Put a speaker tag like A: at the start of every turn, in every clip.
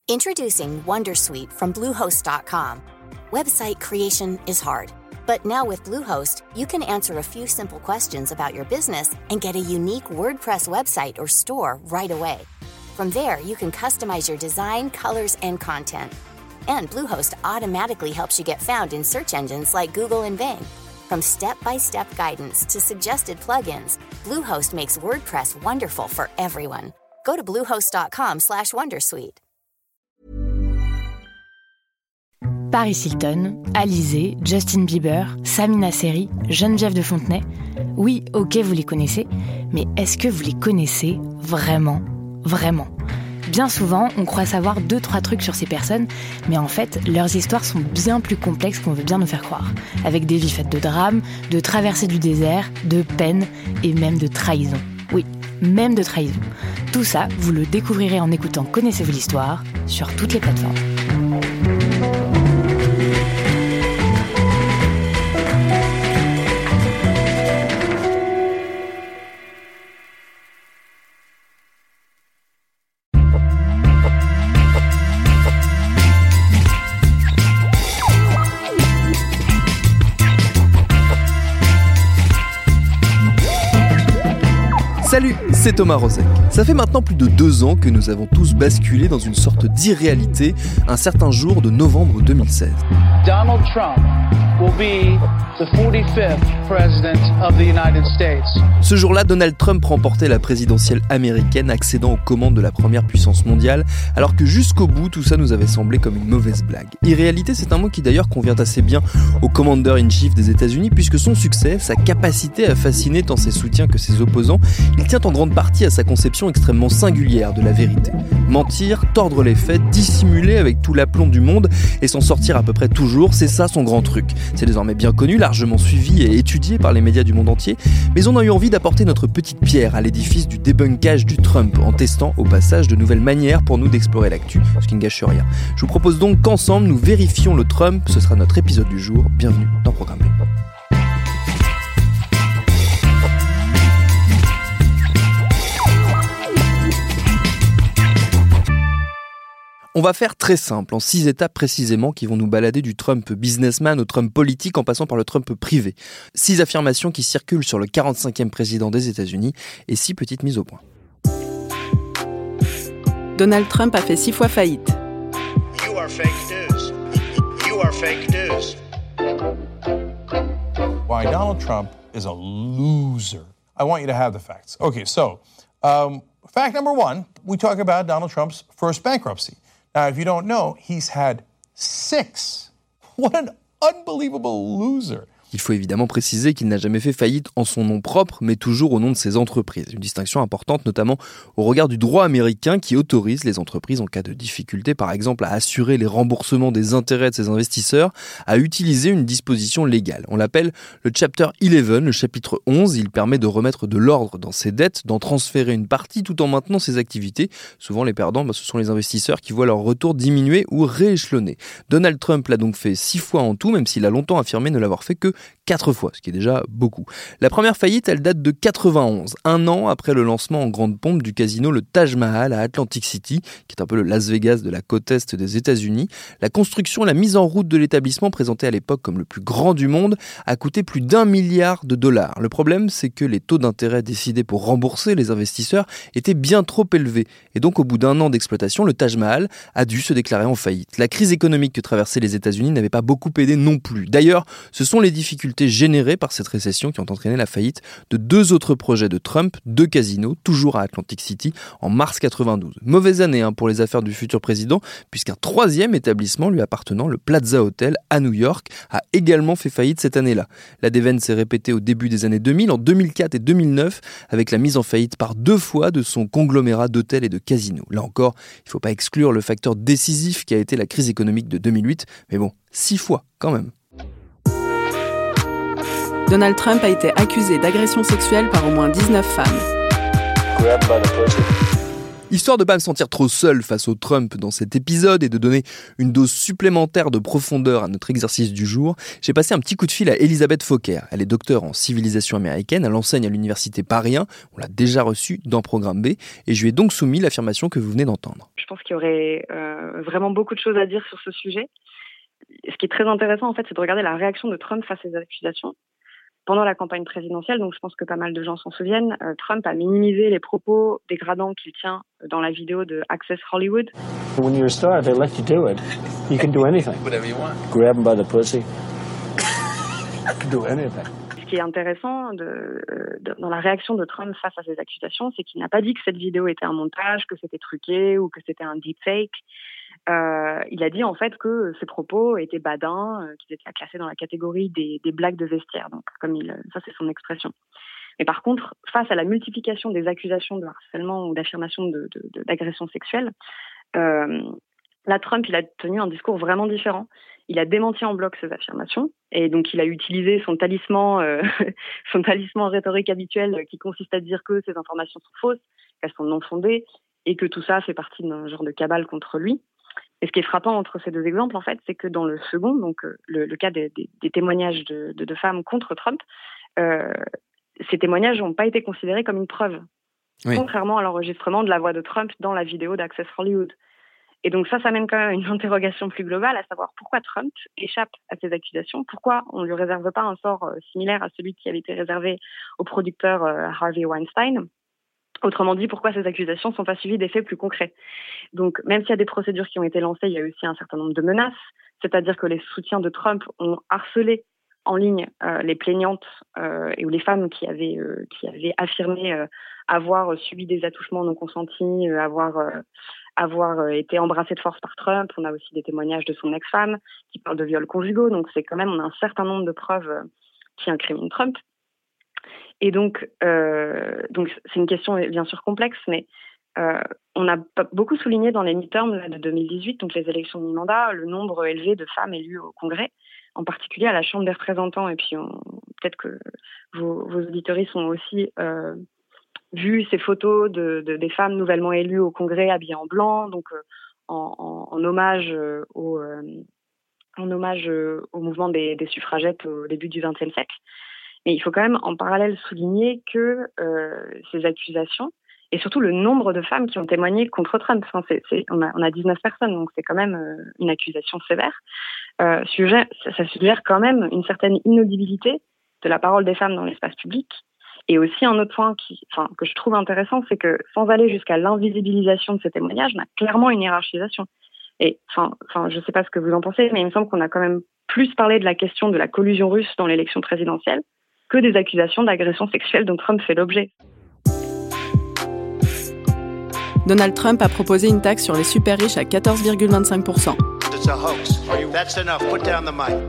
A: Introducing Wondersuite from Bluehost.com. Website creation is hard, but now with Bluehost, you can answer a few simple questions about your business and get a unique WordPress website or store right away. From there, you can customize your design, colors, and content. And Bluehost automatically helps you get found in search engines like Google and Bing. From step-by-step guidance to suggested plugins, Bluehost makes WordPress wonderful for everyone. Go to bluehost.com/wondersuite.
B: Paris Hilton, Alizé, Justin Bieber, Samina Seri, Geneviève de Fontenay. Oui, ok, vous les connaissez, mais est-ce que vous les connaissez vraiment ? Vraiment ? Bien souvent, on croit savoir 2-3 trucs sur ces personnes, mais en fait, leurs histoires sont bien plus complexes qu'on veut bien nous faire croire, avec des vies faites de drames, de traversées du désert, de peine et même de trahison. Oui, même de trahison. Tout ça, vous le découvrirez en écoutant Connaissez-vous l'histoire sur toutes les plateformes.
C: Salut, c'est Thomas Rozek. Ça fait maintenant plus de 2 ans que nous avons tous basculé dans une sorte d'irréalité un certain jour de novembre 2016.
D: Donald Trump will be the 45th president of the United States.
C: Ce jour-là, Donald Trump remportait la présidentielle américaine, accédant aux commandes de la première puissance mondiale, alors que jusqu'au bout, tout ça nous avait semblé comme une mauvaise blague. Irréalité, c'est un mot qui d'ailleurs convient assez bien au Commander-in-Chief des États-Unis, puisque son succès, sa capacité à fasciner tant ses soutiens que ses opposants, il tient en grande partie à sa conception extrêmement singulière de la vérité. Mentir, tordre les faits, dissimuler avec tout l'aplomb du monde et s'en sortir à peu près toujours, c'est ça son grand truc. C'est désormais bien connu, largement suivi et étudié par les médias du monde entier, mais on a eu envie d'apporter notre petite pierre à l'édifice du débunkage du Trump en testant au passage de nouvelles manières pour nous d'explorer l'actu, ce qui ne gâche rien. Je vous propose donc qu'ensemble nous vérifions le Trump, ce sera notre épisode du jour, bienvenue dans Programme B. On va faire très simple, en 6 étapes précisément qui vont nous balader du Trump businessman au Trump politique en passant par le Trump privé. 6 affirmations qui circulent sur le 45e président des États-Unis et 6 petites mises au point.
E: Donald Trump a fait 6 fois faillite.
F: You are fake news. You are fake news.
G: Why Donald Trump is a loser. I want you to have the facts. Okay, so fact number 1, we talk about Donald Trump's first bankruptcy. Now, if you don't know, he's had 6. What an unbelievable loser.
C: Il faut évidemment préciser qu'il n'a jamais fait faillite en son nom propre, mais toujours au nom de ses entreprises. Une distinction importante, notamment au regard du droit américain qui autorise les entreprises en cas de difficulté, par exemple, à assurer les remboursements des intérêts de ses investisseurs, à utiliser une disposition légale. On l'appelle le Chapter 11, le chapitre 11. Il permet de remettre de l'ordre dans ses dettes, d'en transférer une partie tout en maintenant ses activités. Souvent, les perdants, ce sont les investisseurs qui voient leur retour diminuer ou rééchelonner. Donald Trump l'a donc fait 6 fois en tout, même s'il a longtemps affirmé ne l'avoir fait que 4 fois, ce qui est déjà beaucoup. La première faillite, elle date de 91, un an après le lancement en grande pompe du casino le Taj Mahal à Atlantic City, qui est un peu le Las Vegas de la côte est des États-Unis. La construction et la mise en route de l'établissement, présenté à l'époque comme le plus grand du monde, a coûté plus d'$1 milliard. Le problème, c'est que les taux d'intérêt décidés pour rembourser les investisseurs étaient bien trop élevés. Et donc, au bout d'1 an d'exploitation, le Taj Mahal a dû se déclarer en faillite. La crise économique que traversaient les États-Unis n'avait pas beaucoup aidé non plus. D'ailleurs, ce sont les difficultés générées par cette récession qui ont entraîné la faillite de 2 autres projets de Trump, 2 casinos, toujours à Atlantic City, en mars 92. Mauvaise année pour les affaires du futur président, puisqu'un 3e établissement lui appartenant, le Plaza Hotel à New York, a également fait faillite cette année-là. La déveine s'est répétée au début des années 2000, en 2004 et 2009, avec la mise en faillite par 2 fois de son conglomérat d'hôtels et de casinos. Là encore, il ne faut pas exclure le facteur décisif qui a été la crise économique de 2008, mais bon, 6 fois quand même.
E: Donald Trump a été accusé d'agression sexuelle par au moins 19 femmes.
C: Histoire de ne pas me sentir trop seul face au Trump dans cet épisode et de donner une dose supplémentaire de profondeur à notre exercice du jour, j'ai passé un petit coup de fil à Elisabeth Fokker. Elle est docteure en civilisation américaine, elle enseigne à l'université Paris 1, on l'a déjà reçue dans Programme B, et je lui ai donc soumis l'affirmation que vous venez d'entendre.
H: Je pense qu'il y aurait vraiment beaucoup de choses à dire sur ce sujet. Ce qui est très intéressant, en fait, c'est de regarder la réaction de Trump face à ces accusations. Pendant la campagne présidentielle, donc je pense que pas mal de gens s'en souviennent, Trump a minimisé les propos dégradants qu'il tient dans la vidéo de Access Hollywood.
I: When you're a star, they let you do it. You can do anything. Whatever you want. Grab them by the pussy. You can do anything.
H: Ce qui est intéressant dans la réaction de Trump face à ces accusations, c'est qu'il n'a pas dit que cette vidéo était un montage, que c'était truqué ou que c'était un deepfake. Il a dit en fait que ses propos étaient badins, qu'ils étaient classés dans la catégorie des blagues de vestiaire. Donc, ça c'est son expression. Mais par contre, face à la multiplication des accusations de harcèlement ou d'affirmation d'agression sexuelle, là Trump il a tenu un discours vraiment différent. Il a démenti en bloc ces affirmations et donc il a utilisé son talisman rhétorique habituel qui consiste à dire que ces informations sont fausses, qu'elles sont non fondées et que tout ça fait partie d'un genre de cabale contre lui. Et ce qui est frappant entre ces deux exemples, en fait, c'est que dans le second, donc le cas des témoignages de femmes contre Trump, ces témoignages n'ont pas été considérés comme une preuve, oui. Contrairement à l'enregistrement de la voix de Trump dans la vidéo d'Access Hollywood. Et donc ça mène quand même à une interrogation plus globale, à savoir pourquoi Trump échappe à ces accusations, pourquoi on ne lui réserve pas un sort similaire à celui qui avait été réservé au producteur Harvey Weinstein. Autrement dit, pourquoi ces accusations ne sont pas suivies d'effets plus concrets. Donc, même s'il y a des procédures qui ont été lancées, il y a aussi un certain nombre de menaces, c'est-à-dire que les soutiens de Trump ont harcelé en ligne les plaignantes ou les femmes qui avaient affirmé avoir subi des attouchements non consentis, avoir été embrassées de force par Trump. On a aussi des témoignages de son ex-femme qui parlent de viols conjugaux. Donc, on a un certain nombre de preuves qui incriminent Trump. Et donc c'est une question bien sûr complexe, mais on a beaucoup souligné dans les midterms de 2018, donc les élections de mi-mandat, le nombre élevé de femmes élues au Congrès, en particulier à la Chambre des représentants. Et puis peut-être que vos auditeuristes ont aussi vu ces photos des femmes nouvellement élues au Congrès habillées en blanc, donc en hommage au mouvement des suffragettes au début du XXe siècle. Mais il faut quand même en parallèle souligner que ces accusations, et surtout le nombre de femmes qui ont témoigné contre Trump, on a 19 personnes, donc c'est quand même une accusation sévère, ça suggère quand même une certaine inaudibilité de la parole des femmes dans l'espace public. Et aussi un autre point que je trouve intéressant, c'est que sans aller jusqu'à l'invisibilisation de ces témoignages, on a clairement une hiérarchisation. Et je ne sais pas ce que vous en pensez, mais il me semble qu'on a quand même plus parlé de la question de la collusion russe dans l'élection présidentielle que des accusations d'agression sexuelle dont Trump fait l'objet.
E: Donald Trump a proposé une taxe sur les super riches à 14,25%.
F: It's a hoax. That's enough. Put down the mic.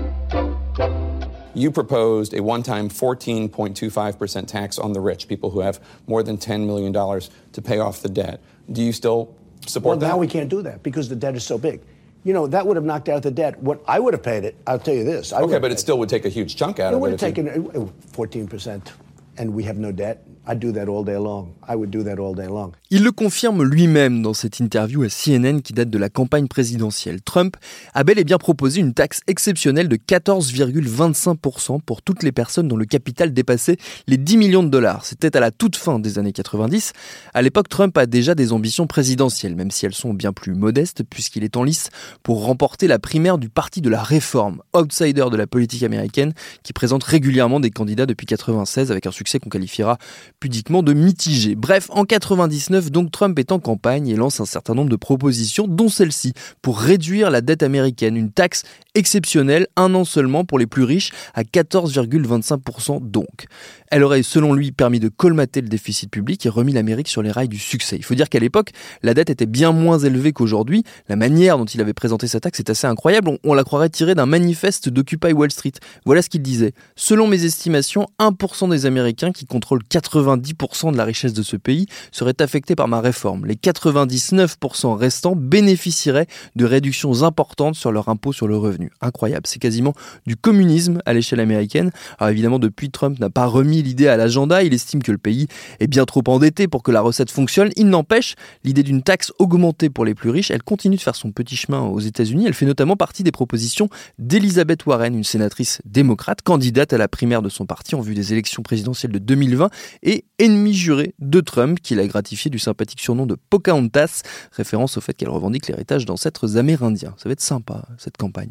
J: You proposed a one-time 14.25% tax on the rich, people who have more than $10 million to pay off the debt. Do you still support that?
I: Well, now we can't do that because the debt is so big. You know, that would have knocked out the debt. What I would have paid it, I'll tell you this.
J: Okay, but it still would take a huge chunk out of it.
I: It would have taken 14%, and we have no debt. I'd do that all day long. I would do that all day long.
C: Il le confirme lui-même dans cette interview à CNN qui date de la campagne présidentielle. Trump a bel et bien proposé une taxe exceptionnelle de 14,25% pour toutes les personnes dont le capital dépassait les 10 millions de dollars. C'était à la toute fin des années 90. À l'époque, Trump a déjà des ambitions présidentielles, même si elles sont bien plus modestes, puisqu'il est en lice pour remporter la primaire du Parti de la Réforme, outsider de la politique américaine, qui présente régulièrement des candidats depuis 96 avec un succès qu'on qualifiera pudiquement de mitigé. Bref, en 99, donc Trump est en campagne et lance un certain nombre de propositions, dont celle-ci, pour réduire la dette américaine, une taxe exceptionnelle, un an seulement pour les plus riches, à 14,25% donc. Elle aurait, selon lui, permis de colmater le déficit public et remis l'Amérique sur les rails du succès. Il faut dire qu'à l'époque, la dette était bien moins élevée qu'aujourd'hui. La manière dont il avait présenté sa taxe est assez incroyable. On la croirait tirée d'un manifeste d'Occupy Wall Street. Voilà ce qu'il disait. Selon mes estimations, 1% des Américains qui contrôlent 80 90% de la richesse de ce pays serait affectée par ma réforme. Les 99% restants bénéficieraient de réductions importantes sur leur impôt sur le revenu. Incroyable, c'est quasiment du communisme à l'échelle américaine. Alors évidemment, depuis, Trump n'a pas remis l'idée à l'agenda. Il estime que le pays est bien trop endetté pour que la recette fonctionne. Il n'empêche, l'idée d'une taxe augmentée pour les plus riches, elle continue de faire son petit chemin aux États-Unis. Elle fait notamment partie des propositions d'Elizabeth Warren, une sénatrice démocrate, candidate à la primaire de son parti en vue des élections présidentielles de 2020 et ennemie jurée de Trump, qui l'a gratifié du sympathique surnom de Pocahontas, référence au fait qu'elle revendique l'héritage d'ancêtres amérindiens. Ça va être sympa, cette campagne.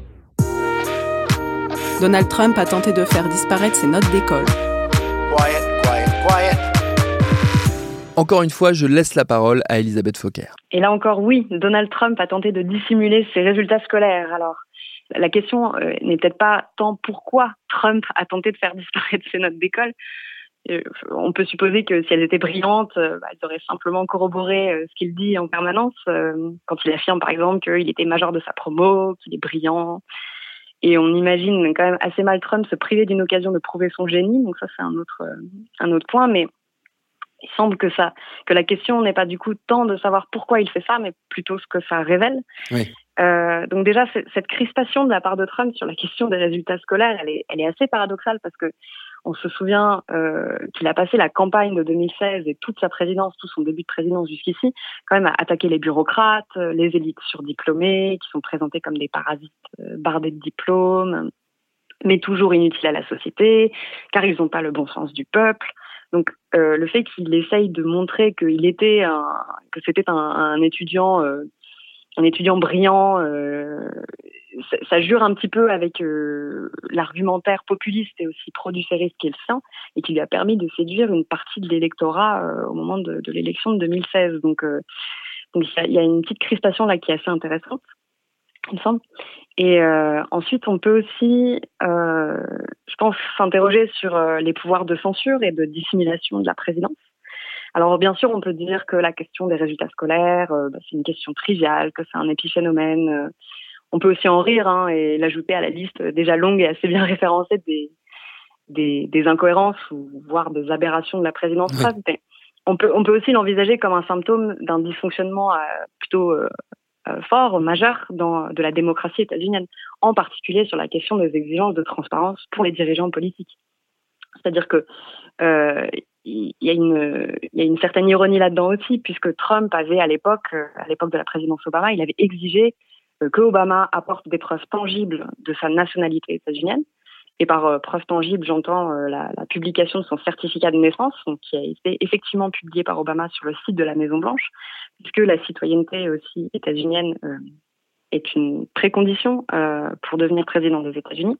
E: Donald Trump a tenté de faire disparaître ses notes d'école.
F: Quiet.
C: Encore une fois, je laisse la parole à Elisabeth Fokker.
H: Et là encore, oui, Donald Trump a tenté de dissimuler ses résultats scolaires. Alors, la question n'est peut-être pas tant pourquoi Trump a tenté de faire disparaître ses notes d'école. On peut supposer que si elles étaient brillantes, elles auraient simplement corroboré ce qu'il dit en permanence, quand il affirme par exemple qu'il était major de sa promo, qu'il est brillant. Et on imagine quand même assez mal Trump se priver d'une occasion de prouver son génie. Donc ça, c'est un autre point. Mais il semble que la question n'est pas du coup tant de savoir pourquoi il fait ça, mais plutôt ce que ça révèle. Oui. Donc déjà, cette crispation de la part de Trump sur la question des résultats scolaires, elle est assez paradoxale parce que on se souvient qu'il a passé la campagne de 2016 et toute sa présidence, tout son début de présidence jusqu'ici, quand même à attaquer les bureaucrates, les élites surdiplômées, qui sont présentées comme des parasites bardés de diplômes, mais toujours inutiles à la société, car ils n'ont pas le bon sens du peuple. Donc le fait qu'il essaye de montrer que c'était un étudiant brillant, ça jure un petit peu avec l'argumentaire populiste et aussi producériste qui est le sien, et qui lui a permis de séduire une partie de l'électorat au moment de l'élection de 2016. Donc il y a une petite crispation là qui est assez intéressante, il me semble. Et ensuite, on peut aussi, je pense, s'interroger sur les pouvoirs de censure et de dissimulation de la présidence. Alors bien sûr, on peut dire que la question des résultats scolaires, c'est une question triviale, que c'est un épiphénomène. On peut aussi en rire et l'ajouter à la liste déjà longue et assez bien référencée des incohérences ou voire des aberrations de la présidence Trump. Oui. On peut aussi l'envisager comme un symptôme d'un dysfonctionnement plutôt fort, majeur de la démocratie états-unienne, en particulier sur la question des exigences de transparence pour les dirigeants politiques. C'est-à-dire que il y a une certaine ironie là-dedans aussi, puisque Trump avait à l'époque de la présidence Obama, il avait exigé que Obama apporte des preuves tangibles de sa nationalité états-unienne. Et par preuve tangible, j'entends la publication de son certificat de naissance, donc, qui a été effectivement publié par Obama sur le site de la Maison-Blanche, puisque la citoyenneté aussi états-unienne est une précondition pour devenir président des États-Unis.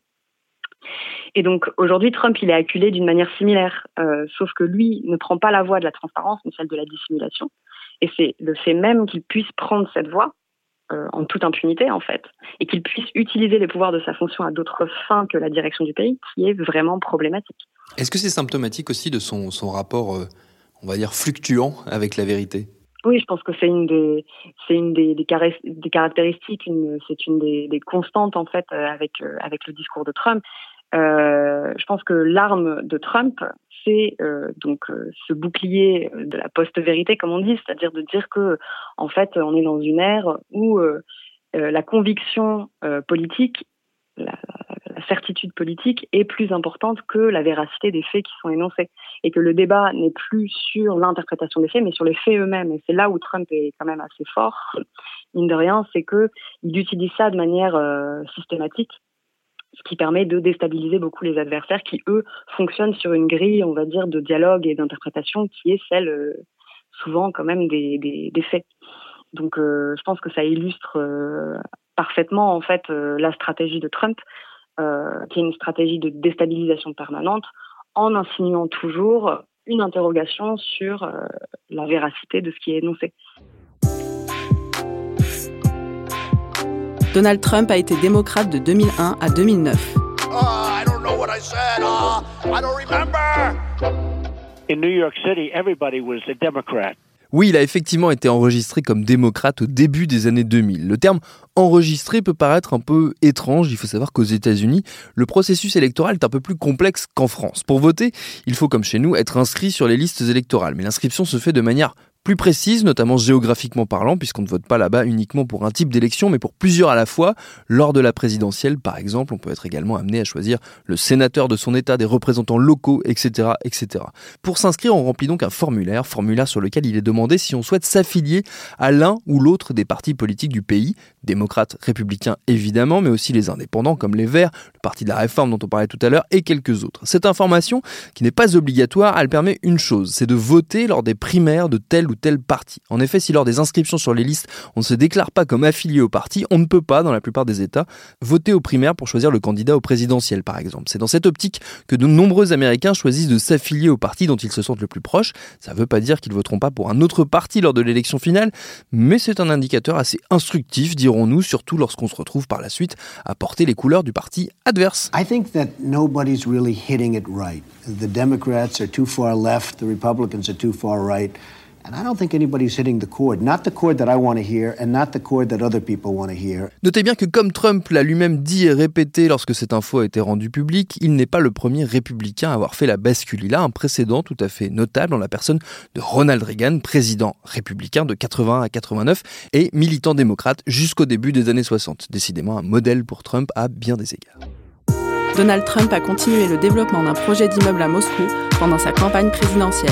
H: Et donc aujourd'hui, Trump, il est acculé d'une manière similaire, sauf que lui ne prend pas la voie de la transparence, mais celle de la dissimulation. Et c'est le fait même qu'il puisse prendre cette voie, en toute impunité en fait, et qu'il puisse utiliser les pouvoirs de sa fonction à d'autres fins que la direction du pays, qui est vraiment problématique.
C: Est-ce que c'est symptomatique aussi de son rapport, on va dire, fluctuant avec la vérité ?
H: Oui, je pense que c'est une des caractéristiques, c'est une des constantes en fait avec le discours de Trump. Je pense que l'arme de Trump, c'est ce bouclier de la post-vérité, comme on dit, c'est-à-dire de dire que en fait on est dans une ère où la conviction politique, la certitude politique est plus importante que la véracité des faits qui sont énoncés, et que le débat n'est plus sur l'interprétation des faits mais sur les faits eux-mêmes. Et c'est là où Trump est quand même assez fort, mine de rien, c'est que il utilise ça de manière systématique, ce qui permet de déstabiliser beaucoup les adversaires qui, eux, fonctionnent sur une grille, on va dire, de dialogue et d'interprétation qui est celle, souvent, quand même, des faits. Donc, je pense que ça illustre parfaitement, en fait, la stratégie de Trump, qui est une stratégie de déstabilisation permanente, en insinuant toujours une interrogation sur la véracité de ce qui est énoncé.
E: Donald Trump a été démocrate de 2001 à 2009.
F: I don't know what I said. I don't remember.
I: In New York City, everybody was a Democrat.
C: Oui, il a effectivement été enregistré comme démocrate au début des années 2000. Le terme enregistré peut paraître un peu étrange. Il faut savoir qu'aux États-Unis, le processus électoral est un peu plus complexe qu'en France. Pour voter, il faut, comme chez nous, être inscrit sur les listes électorales. Mais l'inscription se fait de manière plus précise, notamment géographiquement parlant, puisqu'on ne vote pas là-bas uniquement pour un type d'élection, mais pour plusieurs à la fois. Lors de la présidentielle, par exemple, on peut être également amené à choisir le sénateur de son État, des représentants locaux, etc., etc. Pour s'inscrire, on remplit donc un formulaire sur lequel il est demandé si on souhaite s'affilier à l'un ou l'autre des partis politiques du pays, démocrates, républicains évidemment, mais aussi les indépendants comme les Verts, le Parti de la Réforme dont on parlait tout à l'heure, et quelques autres. Cette information, qui n'est pas obligatoire, elle permet une chose, c'est de voter lors des primaires de tel ou tel parti. En effet, si lors des inscriptions sur les listes, on ne se déclare pas comme affilié au parti, on ne peut pas, dans la plupart des États, voter aux primaires pour choisir le candidat au présidentiel, par exemple. C'est dans cette optique que de nombreux Américains choisissent de s'affilier au parti dont ils se sentent le plus proches. Ça ne veut pas dire qu'ils ne voteront pas pour un autre parti lors de l'élection finale, mais c'est un indicateur assez instructif, dirons-nous, surtout lorsqu'on se retrouve par la suite à porter les couleurs du parti adverse.
K: I think that nobody's really hitting it right. The Democrats are too far left, the Republicans are too far right. And I don't think anybody's hitting the chord. Not the chord that I want to hear and not the chord that other people want to hear.
C: Notez bien que comme Trump l'a lui-même dit et répété lorsque cette info a été rendue publique, il n'est pas le premier républicain à avoir fait la bascule. Il a un précédent tout à fait notable en la personne de Ronald Reagan, président républicain de 81 à 89 et militant démocrate jusqu'au début des années 60. Décidément un modèle pour Trump à bien des égards.
E: Donald Trump a continué le développement d'un projet d'immeuble à Moscou pendant sa campagne présidentielle.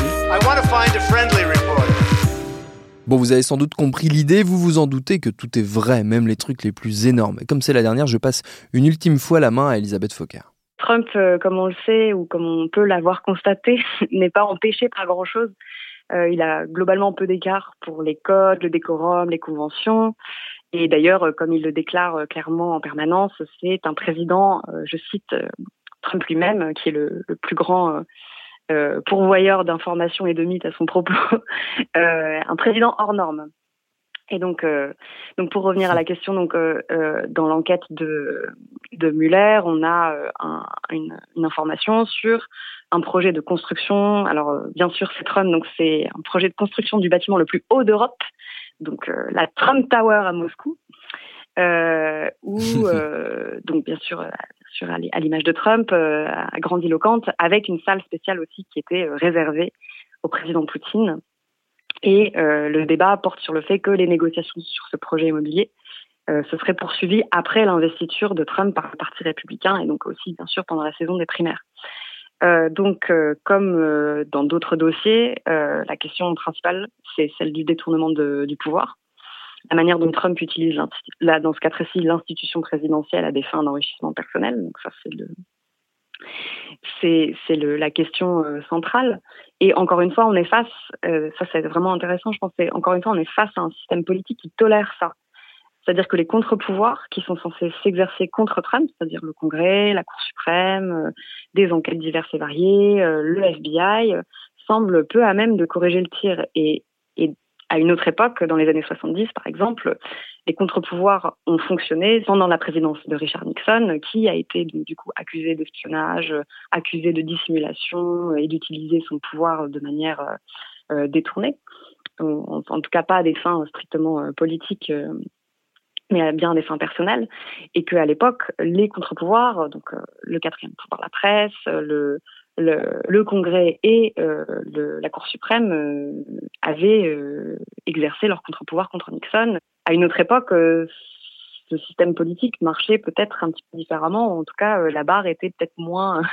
C: Bon, vous avez sans doute compris l'idée, vous vous en doutez que tout est vrai, même les trucs les plus énormes. Et comme c'est la dernière, je passe une ultime fois la main à Elisabeth Fokker.
H: Trump, comme on le sait, ou comme on peut l'avoir constaté, n'est pas empêché par grand-chose. Il a globalement peu d'écart pour les codes, le décorum, les conventions. Et d'ailleurs, comme il le déclare clairement en permanence, c'est un président, je cite Trump lui-même, qui est le plus grand pourvoyeur d'informations et de mythes à son propos, un président hors norme. Et donc pour revenir à la question, dans l'enquête de Mueller, on a une information sur un projet de construction. Alors bien sûr, c'est Trump, donc c'est un projet de construction du bâtiment le plus haut d'Europe. Donc la Trump Tower à Moscou, où donc bien sûr à l'image de Trump, grandiloquente, avec une salle spéciale aussi qui était réservée au président Poutine. Et le débat porte sur le fait que les négociations sur ce projet immobilier se seraient poursuivies après l'investiture de Trump par le Parti républicain et donc aussi bien sûr pendant la saison des primaires. Comme dans d'autres dossiers, la question principale, c'est celle du détournement du pouvoir. La manière dont Trump utilise, dans ce cas précis, l'institution présidentielle à des fins d'enrichissement personnel. Donc ça, c'est la question centrale. Et encore une fois, on est face, ça c'est vraiment intéressant, je pense, encore une fois, on est face à un système politique qui tolère ça. C'est-à-dire que les contre-pouvoirs qui sont censés s'exercer contre Trump, c'est-à-dire le Congrès, la Cour suprême, des enquêtes diverses et variées, le FBI, semblent peu à même de corriger le tir. Et à une autre époque, dans les années 70 par exemple, les contre-pouvoirs ont fonctionné pendant la présidence de Richard Nixon, qui a été du coup accusé d'espionnage, accusé de dissimulation et d'utiliser son pouvoir de manière détournée. En tout cas pas à des fins strictement politiques, mais bien à des fins personnelles, et qu'à l'époque, les contre-pouvoirs, donc le quatrième pouvoir, la presse, le Congrès et la Cour suprême avaient exercé leur contre-pouvoir contre Nixon. À une autre époque, ce système politique marchait peut-être un petit peu différemment. En tout cas, la barre était peut-être moins,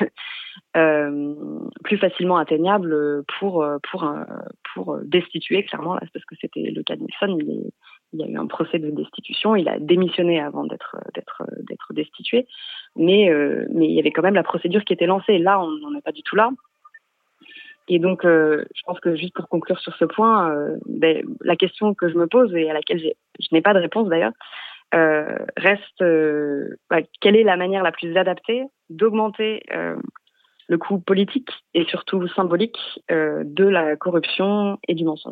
H: plus facilement atteignable pour destituer, clairement, là, parce que c'était le cas de Nixon. Il y a eu un procès de destitution. Il a démissionné avant d'être destitué. Mais il y avait quand même la procédure qui était lancée. Là, on n'en est pas du tout là. Et donc, je pense que juste pour conclure sur ce point, la question que je me pose et à laquelle je n'ai pas de réponse d'ailleurs, reste quelle est la manière la plus adaptée d'augmenter le coût politique et surtout symbolique de la corruption et du mensonge.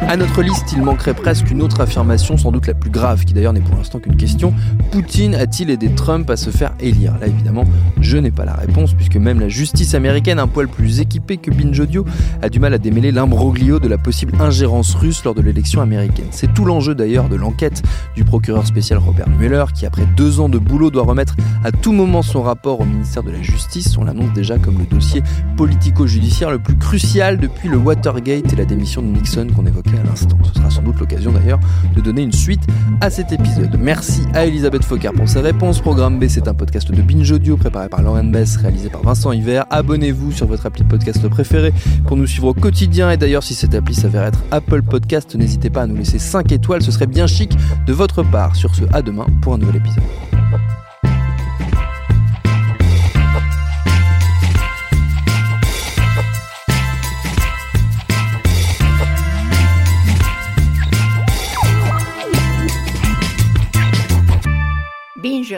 C: À notre liste, il manquerait presque une autre affirmation, sans doute la plus grave, qui d'ailleurs n'est pour l'instant qu'une question. Poutine a-t-il aidé Trump à se faire élire ? Là, évidemment, je n'ai pas la réponse, puisque même la justice américaine, un poil plus équipée que Binge Audio, a du mal à démêler l'imbroglio de la possible ingérence russe lors de l'élection américaine. C'est tout l'enjeu d'ailleurs de l'enquête du procureur spécial Robert Mueller, qui après 2 ans de boulot doit remettre à tout moment son rapport au ministère de la Justice. On l'annonce déjà comme le dossier politico-judiciaire le plus crucial depuis le Watergate et la démission de Nixon qu'on évoquait à l'instant. Ce sera sans doute l'occasion d'ailleurs de donner une suite à cet épisode. Merci à Elisabeth Foccart pour ses réponses. Programme B, c'est un podcast de Binge Audio préparé par Lauren Bess, réalisé par Vincent Hiver. Abonnez-vous sur votre appli de podcast préféré pour nous suivre au quotidien. Et d'ailleurs, si cette appli s'avère être Apple Podcast, n'hésitez pas à nous laisser 5 étoiles, ce serait bien chic de votre part. Sur ce, à demain pour un nouvel épisode.
L: Binge.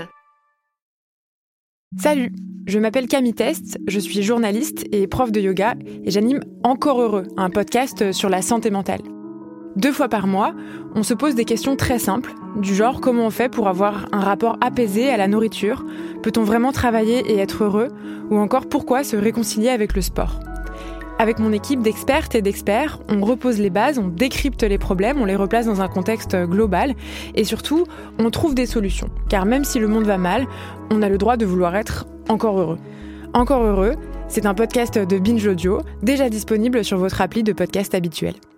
B: Salut, je m'appelle Camille Test, je suis journaliste et prof de yoga et j'anime Encore Heureux, un podcast sur la santé mentale. 2 fois par mois, on se pose des questions très simples, du genre comment on fait pour avoir un rapport apaisé à la nourriture, peut-on vraiment travailler et être heureux, ou encore pourquoi se réconcilier avec le sport. Avec mon équipe d'expertes et d'experts, on repose les bases, on décrypte les problèmes, on les replace dans un contexte global et surtout, on trouve des solutions. Car même si le monde va mal, on a le droit de vouloir être encore heureux. Encore Heureux, c'est un podcast de Binge Audio, déjà disponible sur votre appli de podcast habituel.